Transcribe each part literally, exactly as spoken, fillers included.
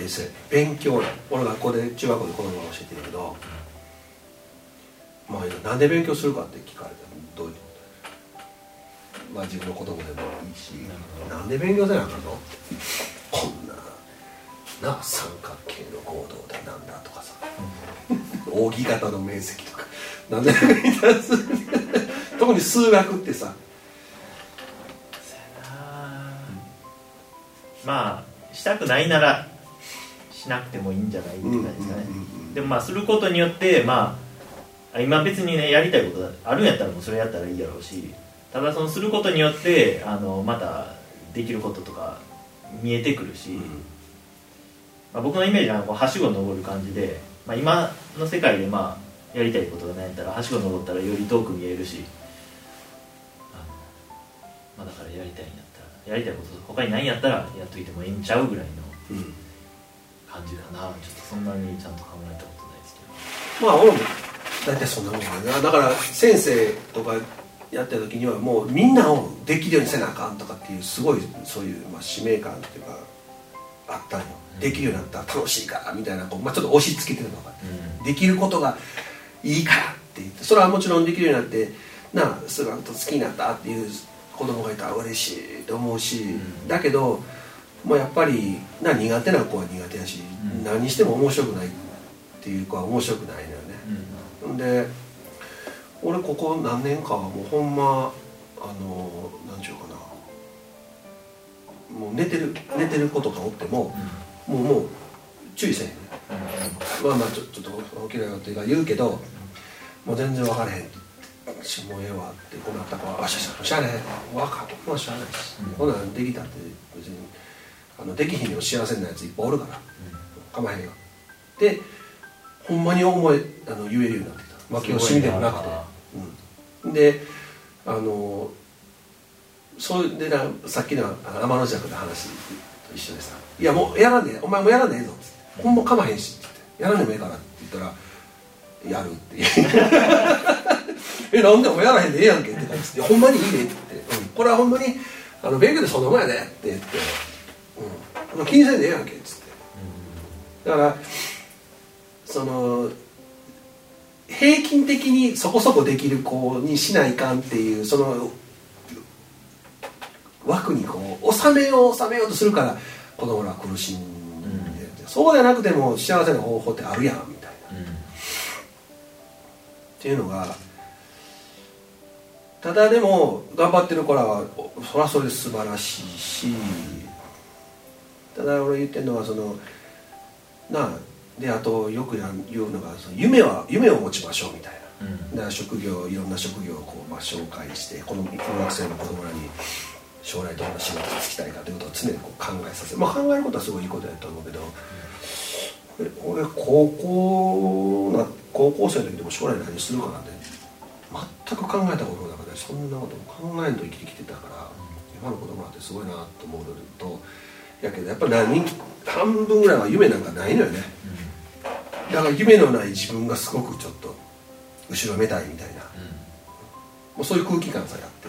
でそれ勉強俺学校で中学校で子供が教えてるけど、まあ、なんで勉強するかって聞かれたらどういうまあ自分の子供でもいいし、なんで勉強せなあかんのこんなな三角形の合同でなんだとかさ扇形の面積とかなんで特に数学ってさまあしたくないならしなくてもいいんじゃないって感じですかね。でもまあすることによってまあ今別にねやりたいことあるんやったらもうそれやったらいいやろうし、ただそのすることによってあのまたできることとか見えてくるし、うんまあ、僕のイメージはこうはしご登る感じで、まあ、今の世界でまあやりたいことがないんやったらはしご登ったらより遠く見えるし、あの、まあ、だからやりたいんやったらやりたいこと他にないんやったらやっといてもいいんちゃうぐらいの感じかな。ちょっとそんなにちゃんと考えたことないですけど、 まあ俺も大体そんなもんだな。だから先生とかやった時にはもうみんなをできるようにせなあかんとかっていうすごいそういう、まあ、使命感っていうかあったんよ、うん、できるようになったら楽しいからみたいなこう、まあ、ちょっと押し付けてるのが、うん、できることがいいからって言って、それはもちろんできるようになってな数学と好きになったっていう子供がいたら嬉しいと思うし、うん、だけどもうやっぱりな苦手な子は苦手やし、うん、何しても面白くないっていう子は面白くないのよね、うん、で俺ここ何年かはもうほんまあの何ちゅうかなもう寝てる寝てる子とかおっても、うん、もうもう注意せんね、うん、まあまあちょ, ちょっと起きろよって言うけどもう全然分からへんしもうええわってこうなった子はあしゃしゃしゃあね分かるもうしゃあないし、うん、こんなんできたって別にあのできひんにも幸せなやついっぱいおるから、うん、構えへんよでほんまに思えあの言えるようになってきた負け惜しみでもなくて、うん、であのそうでなさっきの天の弱の話と一緒でさいやもうやらんでお前もやらんでええぞっつってほんまかまへんしって言ってやらんでもええからって言ったらやるってえなんでもやらへんでええやんけって感じでほんまにいいねって言って、うん、これはほんまにあの勉強でその前やでって言って、うん、気にせんでええやんけっつってだからその平均的にそこそこできる子にしないかんっていうその枠にこう収めよう収めようとするから子供らは苦しんで、うん、そうじゃなくても幸せな方法ってあるやんみたいな、うん、っていうのがただでも頑張ってる子らはそれはそれで素晴らしいしただ俺言ってるのはそのなあであとよく言うのがその夢は夢を持ちましょうみたいな、うん、だから職業いろんな職業をこう、まあ、紹介してこの中学生の子供らに将来どんな仕事に就きたいかということを常にこう考えさせる、まあ、考えることはすごいいいことだと思うけど、うん、俺高校な高校生の時でも将来何するかなんて全く考えたことなかったしそんなことも考えんと生きてきてたから、うん、今の子供らってすごいなと思うのとやけどやっぱ何半分ぐらいは夢なんかないのよね、うん、だから夢のない自分がすごくちょっと後ろめたいみたいな、うん、もうそういう空気感さえあって、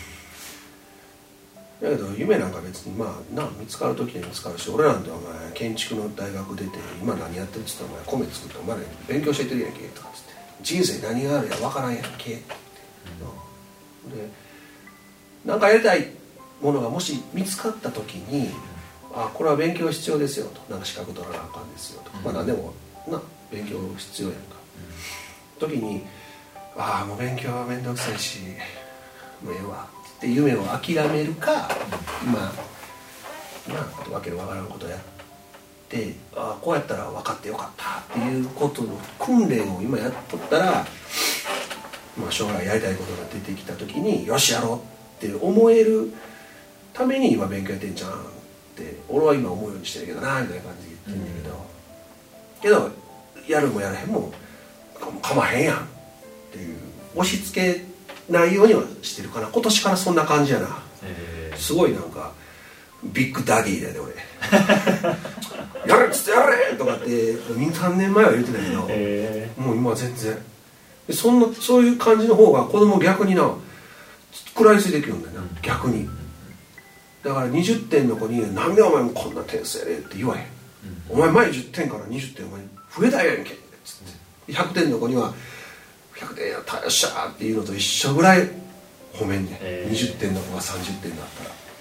うん、だけど夢なんか別にまあな見つかる時に見つかるし俺なんてお前建築の大学出て今何やってるっつったらお前米作ってお前ら勉強してるやんけとかっつって人生何があるや分からんやんけって、うん、でなんかやりたいものがもし見つかった時にあこれは勉強必要ですよとなんか資格取らなあかんですよとか、うん、まあ何でもな勉強必要やんか、うん、時にああもう勉強は面倒くさいしもうええわって夢を諦めるか、うん、まあなあわけのわからんことやってああこうやったら分かってよかったっていうことの訓練を今やっとったら、まあ、将来やりたいことが出てきた時によしやろうって思えるために今勉強やってんじゃんって俺は今思うようにしてるけどなみたいな感じで言ってんだけど、うん、けどやるもやらへんもかまへんやんっていう押し付けないようにはしてるかな今年からそんな感じやな、えー、すごいなんかビッグダディだよね俺やれっつってやれとかってにさんねんまえは言ってたけど、えー、もう今は全然そんなそういう感じの方が子供逆にな食らいついていくんだよな、うん、逆にだからにじゅってんの子になんでお前もこんな点数やれって言わへんうん、お前前じゅってんからにじゅってんお前増えたやんけっつって、ひゃくてんの子にはひゃくてんやったよっしゃーっていうのと一緒ぐらい褒めんねん、えー、にじゅってんの子がさんじゅってんだった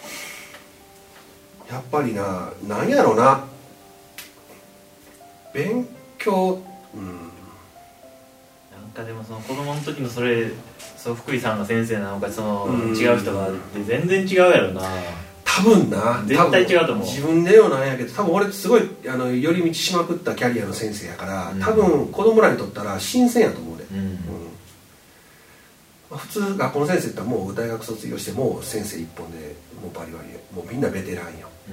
ら。やっぱりな、なんやろな、勉強、うん、 なんかでもその子供の時のそれ、その福井さんが先生なのかその違う人がって全然違うやろな。 多分な、 絶対違うと思う。 自分で言うのなんやけど、多分俺すごいあの寄り道しまくったキャリアの先生やから、多分子供らにとったら新鮮やと思うで、うんうん、まあ、普通学校の先生ってもう大学卒業してもう先生一本でもうバリバリもうみんなベテランよ、うん、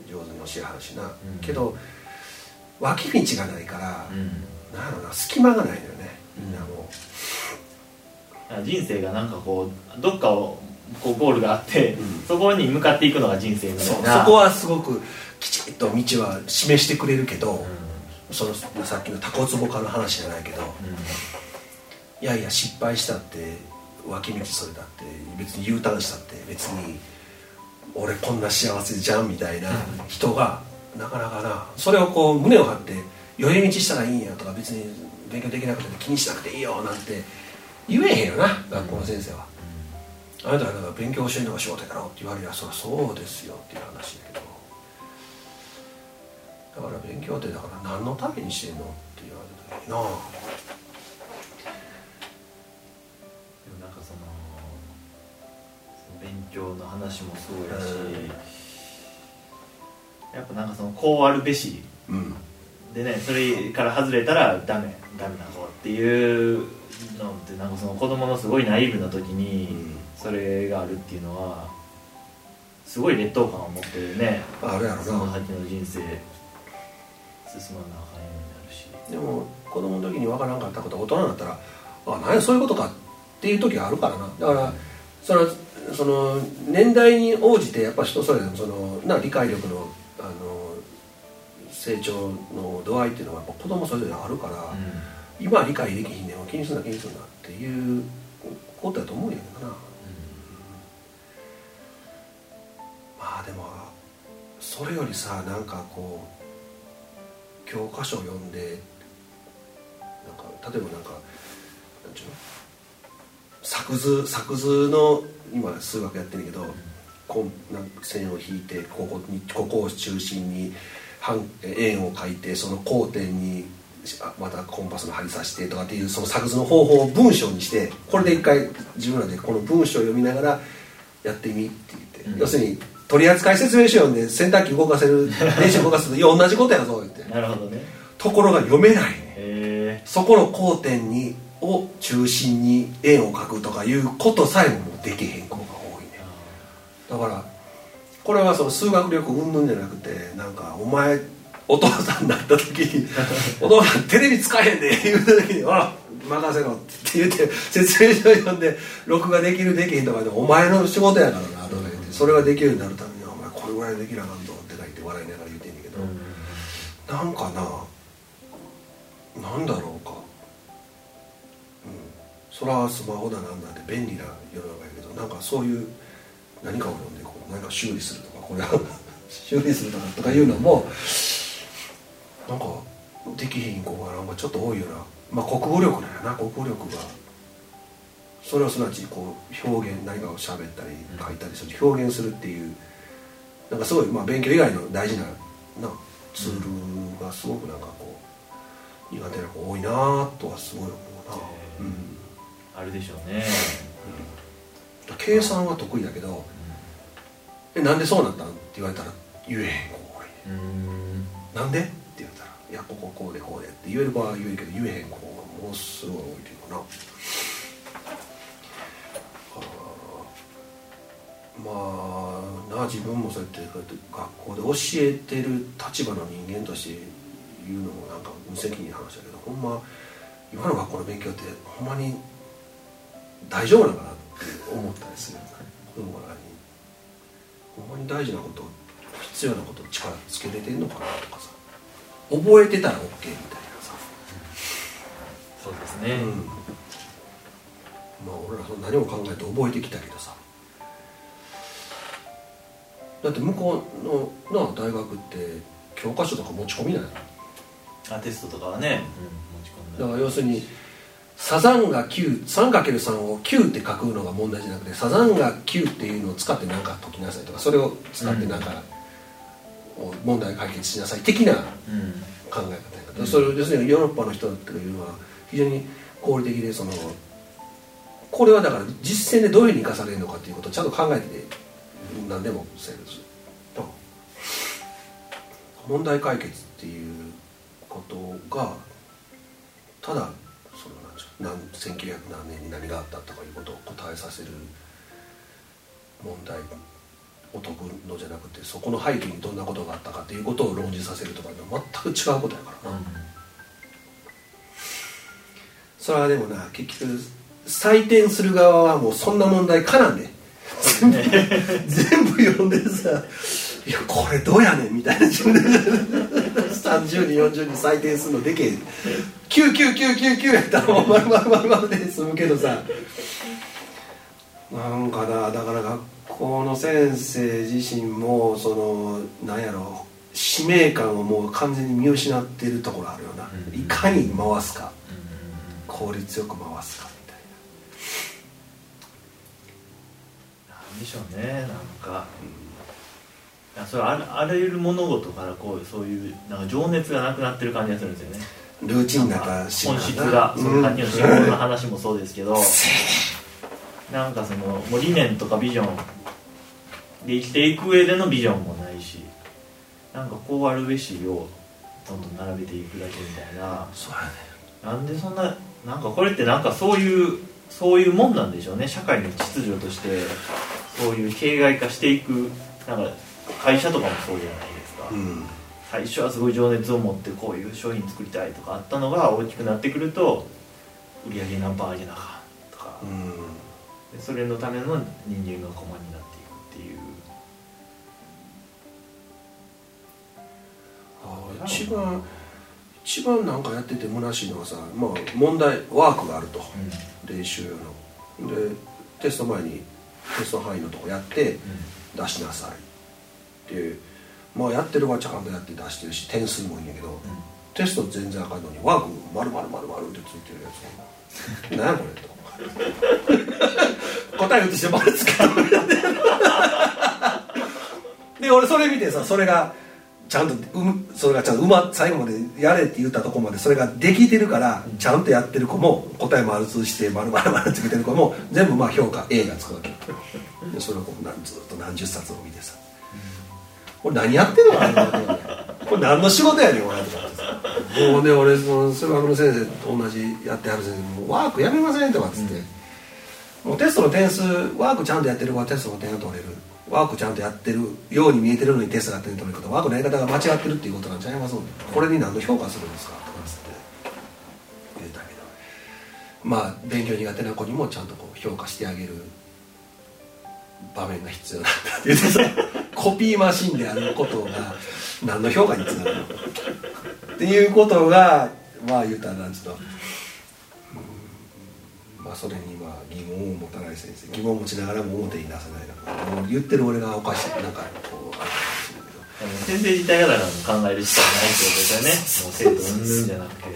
上手に教えはるしな、うん、けど脇道がないから、うん、なんやろな、隙間がないのよね、みんなもう人生がなんかこうどっかをこうゴールがあって、うん、そこに向かっていくのが人生みたいな。 そ, そこはすごくきちっと道は示してくれるけど、うん、そのさっきのタコツボ科の話じゃないけど、うん、いやいや失敗したって脇道それだって別に U ターンしたって別に俺こんな幸せじゃんみたいな人がなかなかな、それをこう胸を張って寄り道したらいいんやとか別に勉強できなくて気にしなくていいよなんて言えへんよな、学校の先生は。あなたが勉強教えるのが仕事やろって言われりゃそりゃそうですよっていう話だけど、だから勉強ってだから何のためにしてんのって言われた時にな。でもなんかその勉強の話もそうやし、やっぱなんかそのこうあるべし、うん、でね、それから外れたらダメダメだぞっていうのってなんかその子供のすごいナイーブな時に、うんそれがあるっていうのはすごい劣等感を持ってるね。 あるやろな、 その先の人生進まなあかんようになるし。 でも子供の時に分からなかったことは大人になったらあ何やそういうことかっていう時があるからな。だからそのその年代に応じてやっぱ人それぞれそのな理解力のあの成長の度合いっていうのはやっぱ子供それぞれあるから、うん、今は理解できひんねん気にすんな気にすんなっていうことだと思うんやけどな。まあでもそれよりさ、なんかこう教科書を読んでなんか例えばなんかなんちゅうの作図作図の今数学やってるけど、うん、こうなんか線を引いてここにここを中心に半円を描いてその交点にまたコンパスの針刺してとかっていうその作図の方法を文章にしてこれで一回自分らでこの文章を読みながらやってみって言って、うん、要するに取扱説明書読んで洗濯機動かせる電子動かすといや同じことやぞってなるほどね。 ところが読めないね。 へそこの交点にを中心に円を描くとかいうことさえももうできへん子が多いね。だからこれはその数学力云々じゃなくてなんかお前お父さんになった時にお父さんテレビ使えへんで言うた時にあ任せろって言って説明書読んで録画できるできへんとかでお前の仕事やからなとか言ってそれができるようになるためにお前これぐらいできなあかんぞって書いて笑いながら言うてんねんけど、うん、なんかななんだろうか、うん、そらスマホだなんだって便利な世の中やけどなんかそういう何かを読んでこう何か修理するとかこれは修理するとかとかいうのもなんかできひん子がなんかちょっと多いような、まあ国語力だよな。国語力がそれをすなわちこう表現何かを喋ったり書いたりする表現するっていうなんかすごいまあ勉強以外の大事ななツールがすごくなんかこう苦手な子多いなとはすごい思うな、 うん、あるでしょうね、 うん、計算は得意だけど、うん、えなんでそうなったんって言われたら言えへん子多い、うん、なんでって言ったらいやこここうでこうでって言える子は言えるけど言えへん子がもうすごい多いっていうかな。まあな自分もそうやってこうやって学校で教えてる立場の人間として言うのもなんか無責任な話だけどほんま今の学校の勉強ってほんまに大丈夫なのかなって思ったりする子供らにほんまに大事なこと必要なこと力つけれてんのかなとかさ覚えてたら OK みたいなさ、 そうですね、うん、 まあ俺らそんな何も考えて覚えてきたけどさだって向こうのな大学って教教科書とか持ち込みない。 あテストとかはね、 うん、持ち込んだ。だから要するにサザンが きゅう さんかけるさん をきゅうって書くのが問題じゃなくて、サザンがきゅうっていうのを使って何か解きなさいとか、それを使って何か問題解決しなさい的な考え方やから、うん、それを要するにヨーロッパの人っていうのは非常に合理的で、そのこれはだから実践でどういうふうに生かされるのかっていうことをちゃんと考えて何でもせると、問題解決っていうことがただそのなんせんきゅうひゃくなんねんに何があったとかいうことを答えさせる問題を解くのじゃなくて、そこの背景にどんなことがあったかっていうことを論じさせるとかいうのは全く違うことやからな、うん、それはでもな結局採点する側はもうそんな問題かなんで全部全部読んでさ、いやこれどうやねんみたいなさんじゅうにんよんじゅうにん採点するのでけえきゅうきゅうきゅうきゅうきゅうやったらもう丸々丸々で済むけどさ、なんかな、だから学校の先生自身もそのなんやろ使命感をもう完全に見失ってるところあるよな、うん、いかに回すか、うん、効率よく回すかみたいな。なんでしょうね、なんか、うん、それあら、あらゆる物事からこうそういうなんか情熱がなくなってる感じがするんですよね。 ルーチンだから本質が、そのさっきの仕事の話もそうですけど、うん、なんかそのもう理念とかビジョンで生きていく上でのビジョンもないし、なんかこうあるべしをどんどん並べていくだけみたいな。 そうやね。 なんでそんな、なんかこれってなんかそういうそういうもんなんでしょうね。社会の秩序としてそういう形骸化していく、なんか会社とかもそうじゃないですか、うん、最初はすごい情熱を持ってこういう商品作りたいとかあったのが大きくなってくると売り上げ何パー上げなあかんとか、うん、でそれのための人間が駒になっていくっていう。 あ一番一番なんかやってて虚しいのはさ、まあ、問題ワークがあると、うん、練習用のでテスト前にテスト範囲のとこやって出しなさいっていう、まあやってるはちゃんとやって出してるし点数もいいんやけど、うん、テスト全然あかんのにワーク丸々丸々ってついてるやつ何やこれと答え打ってして丸つかむで俺それ見てさ、それがちゃんとうそれがちゃんとうま最後までやれって言ったところまでそれができてるから、ちゃんとやってる子も答え丸通して丸々丸つけてる子も全部まあ評価 A がつくわけで、それをこうなんずっと何十冊を見てさ、これ何やってんのあれこれ何の仕事やねん俺とかってさ、もうね俺その数学の先生と同じやってはる先生もうワークやめませんとかっつって、うん、もうテストの点数ワークちゃんとやってる子はテストの点が取れる、ワークちゃんとやってるように見えてるのにテストが点取れること、ワークのやり方が間違ってるっていうことなんちゃいますので、これに何の評価するんですかとかっつって言うたけど、まあ勉強苦手な子にもちゃんとこう評価してあげる場面が必要なんだって言ってさコピーマシンであることが何の評価につながるのっていうことがまあ言うたらなんつうの、まあそれにまあ疑問を持たない先生、疑問を持ちながらも表に出せないな、もう言ってる俺がおかしいなんかこうあるかもしれないけど、 先生自体がだから考えるしかないってことですよね。もう生徒うんぬんじゃなくて。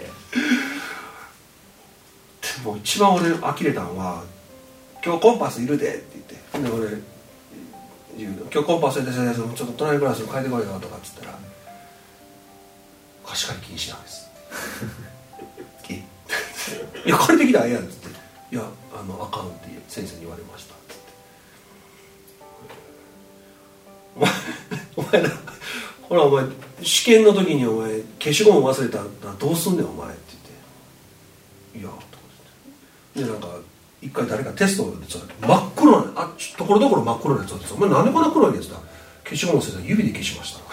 でも一番俺呆れたのは今日コンパスいるでって言って、で俺言うの今日コンパスで先生ちょっと隣クラスに変えてこいよとかっつったら貸し借り禁止なんですえいや借りてきたらええやんっつって、いやあのあかんって先生に言われましたっつってお前お前なほらお前試験の時にお前消しゴム忘れたらどうすんねんお前って言って、いやとか言って、でなんか一回誰かテストでさ真っ黒なあところどころ真っ黒なやつだってさ、お前なんでこんな黒いやつだ、消しゴム忘れたら指で消しました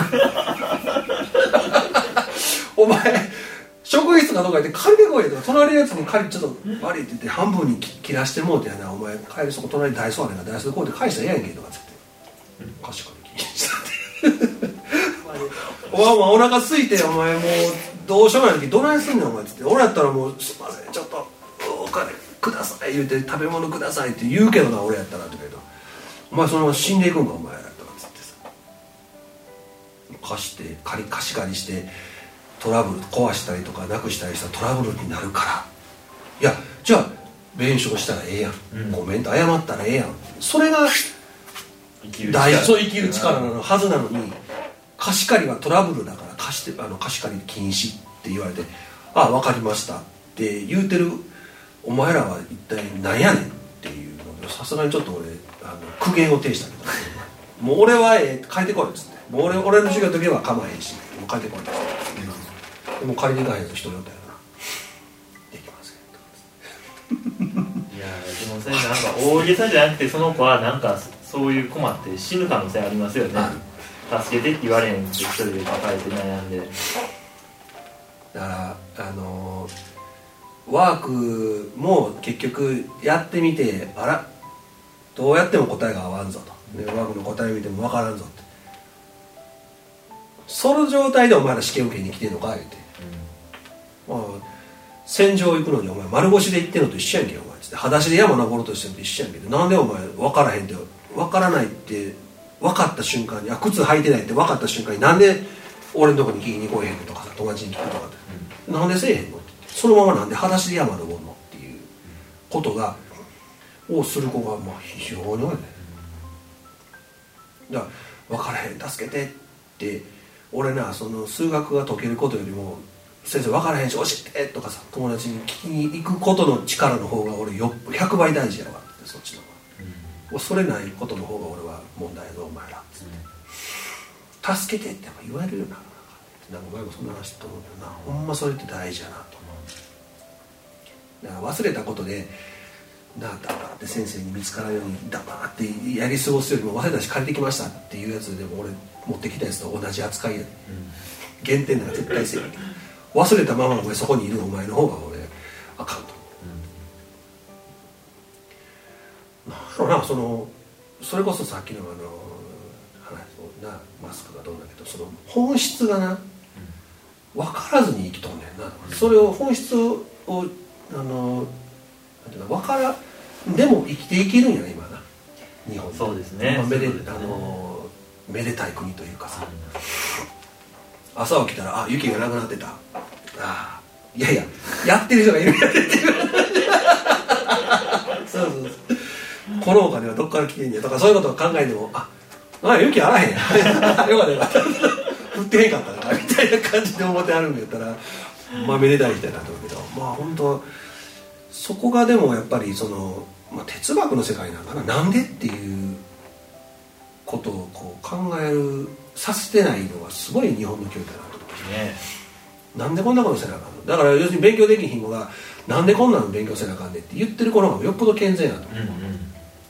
お前職員室かどうか行って借りてこいとか、隣のやつに借りちょっと悪いって言って半分に切らしてもうてやな、お前帰りそこ隣にダイソーあるからダイソーでこうやって返したらええやんけとかつって貸し借り禁止したってお前お腹空いてお前もうどうしようもない時どないすんねんお前っつって、俺やったらもうすいませんちょっとお金ください言うて食べ物くださいって言うけどな俺やったらって言うけど、お前そのまま死んでいくんかお前とかっつってさ、 貸して借り貸し借りしてトラブル壊したりとかなくしたりしたらトラブルになるから、いやじゃあ弁償したらええやん、うん、ごめんと謝ったらええやん、それが大事、そう生きる力なのはずなのに、貸し借りはトラブルだから貸してあの貸し借り禁止って言われて、ああ分かりましたって言うてるお前らは一体何やねんっていうので、さすがにちょっと俺あの苦言を呈したけどもう俺はええ帰ってこいっつって、もう 俺, 俺の授業の時は構えへんしもう帰ってこいっつって、でも借りていかへんと一人おったよな、できませんといやでもそれなんか大げさじゃなくて、その子はなんかそういう困って死ぬ可能性ありますよね。助けてって言われへんって一人で抱えて悩んで、 だからあのワークも結局やってみて、あらどうやっても答えが合わんぞと、でワークの答え見ても分からんぞって、その状態でお前ら試験受けに来てんのか言うて、うん、まあ戦場行くのにお前丸腰で行ってんのと一緒やんけお前つって、裸足で山登ろうとしてるのと一緒やんけど、なんでお前分からへんって分からないって分かった瞬間に、あ靴履いてないって分かった瞬間になんで俺のとこに聞きに来えへんのとかさ、友達に聞くとかって、うん、なんでせえへんのって、そのままなんで裸足で山登るのっていうことがをする子がまあ非常に多いね。だから分からへん助けてって俺な、その数学が解けることよりも先生分からへんし教えてとかさ、友達に聞きに行くことの力の方が俺よひゃくばい大事やわって、そっちの方が、うん、それないことの方が俺は問題やぞお前らっつって、うん、助けてって言われるよな、なんかお前もそんな話してと思うけどな、ほんまそれって大事やなと思う。だから忘れたことでなあダバって先生に見つからんようにダバってやり過ごすよりも、忘れたし借りてきましたっていうやつでも俺持ってきたやつと同じ扱いやで、うん、減点なんか絶対せえへんけど、忘れたままお前そこにいるお前の方が俺あかんと思う、うん、なんかな、そのそれこそさっきのあの話なマスクがどうだけど、その本質がな分からずに生きとんねんな、うん、それを本質をあの分からんでも生きていけるんやね今な日本。 そうですね、 まあ、めであのめでたい国というかさ、うん、朝起きたらあ雪がなくなってた、あいやいややってる人がいるんやっていうそうそうそう、このお金はどっから来てんやとかそういうことを考えても、ああ雪あらへんやよかったよかった降ってへんかったからみたいな感じで思ってあるんやったら、まあめでたい人やなと思うけど、まあ本当そこがでもやっぱりその、まあ、哲学の世界なんかな、なんでっていうことをこう考えるさせてないのはすごい日本の教育だなと思うね。なんでこんなことせなあかんの、だから要するに勉強できひん子がなんでこんなの勉強せなあかんねって言ってる子の方がよっぽど健全やと思う、うんうん、 そうですね、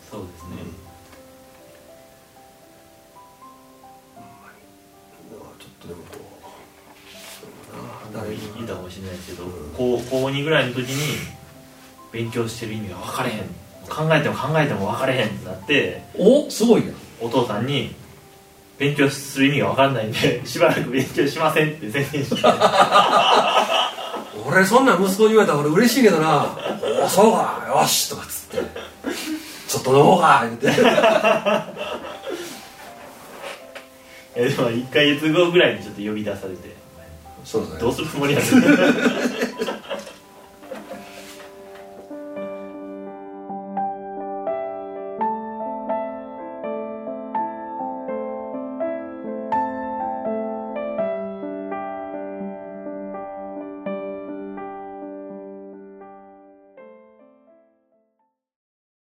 うん、ちょっとでもこうだいぶ言いたかもしれないですけど、うん、高, 高にぐらいの時に勉強してる意味が分かれへん、考えても考えても分かれへんってなって、 おすごいな、 お父さんに勉強する意味が分かんないんでしばらく勉強しませんって宣言して俺そんな息子に言われたら俺嬉しいけどなおそうかよしとかっつってちょっと飲もうか言っていやでもいっかげつごぐらいにちょっと呼び出されて、 そうですね、 どうするつもりやねん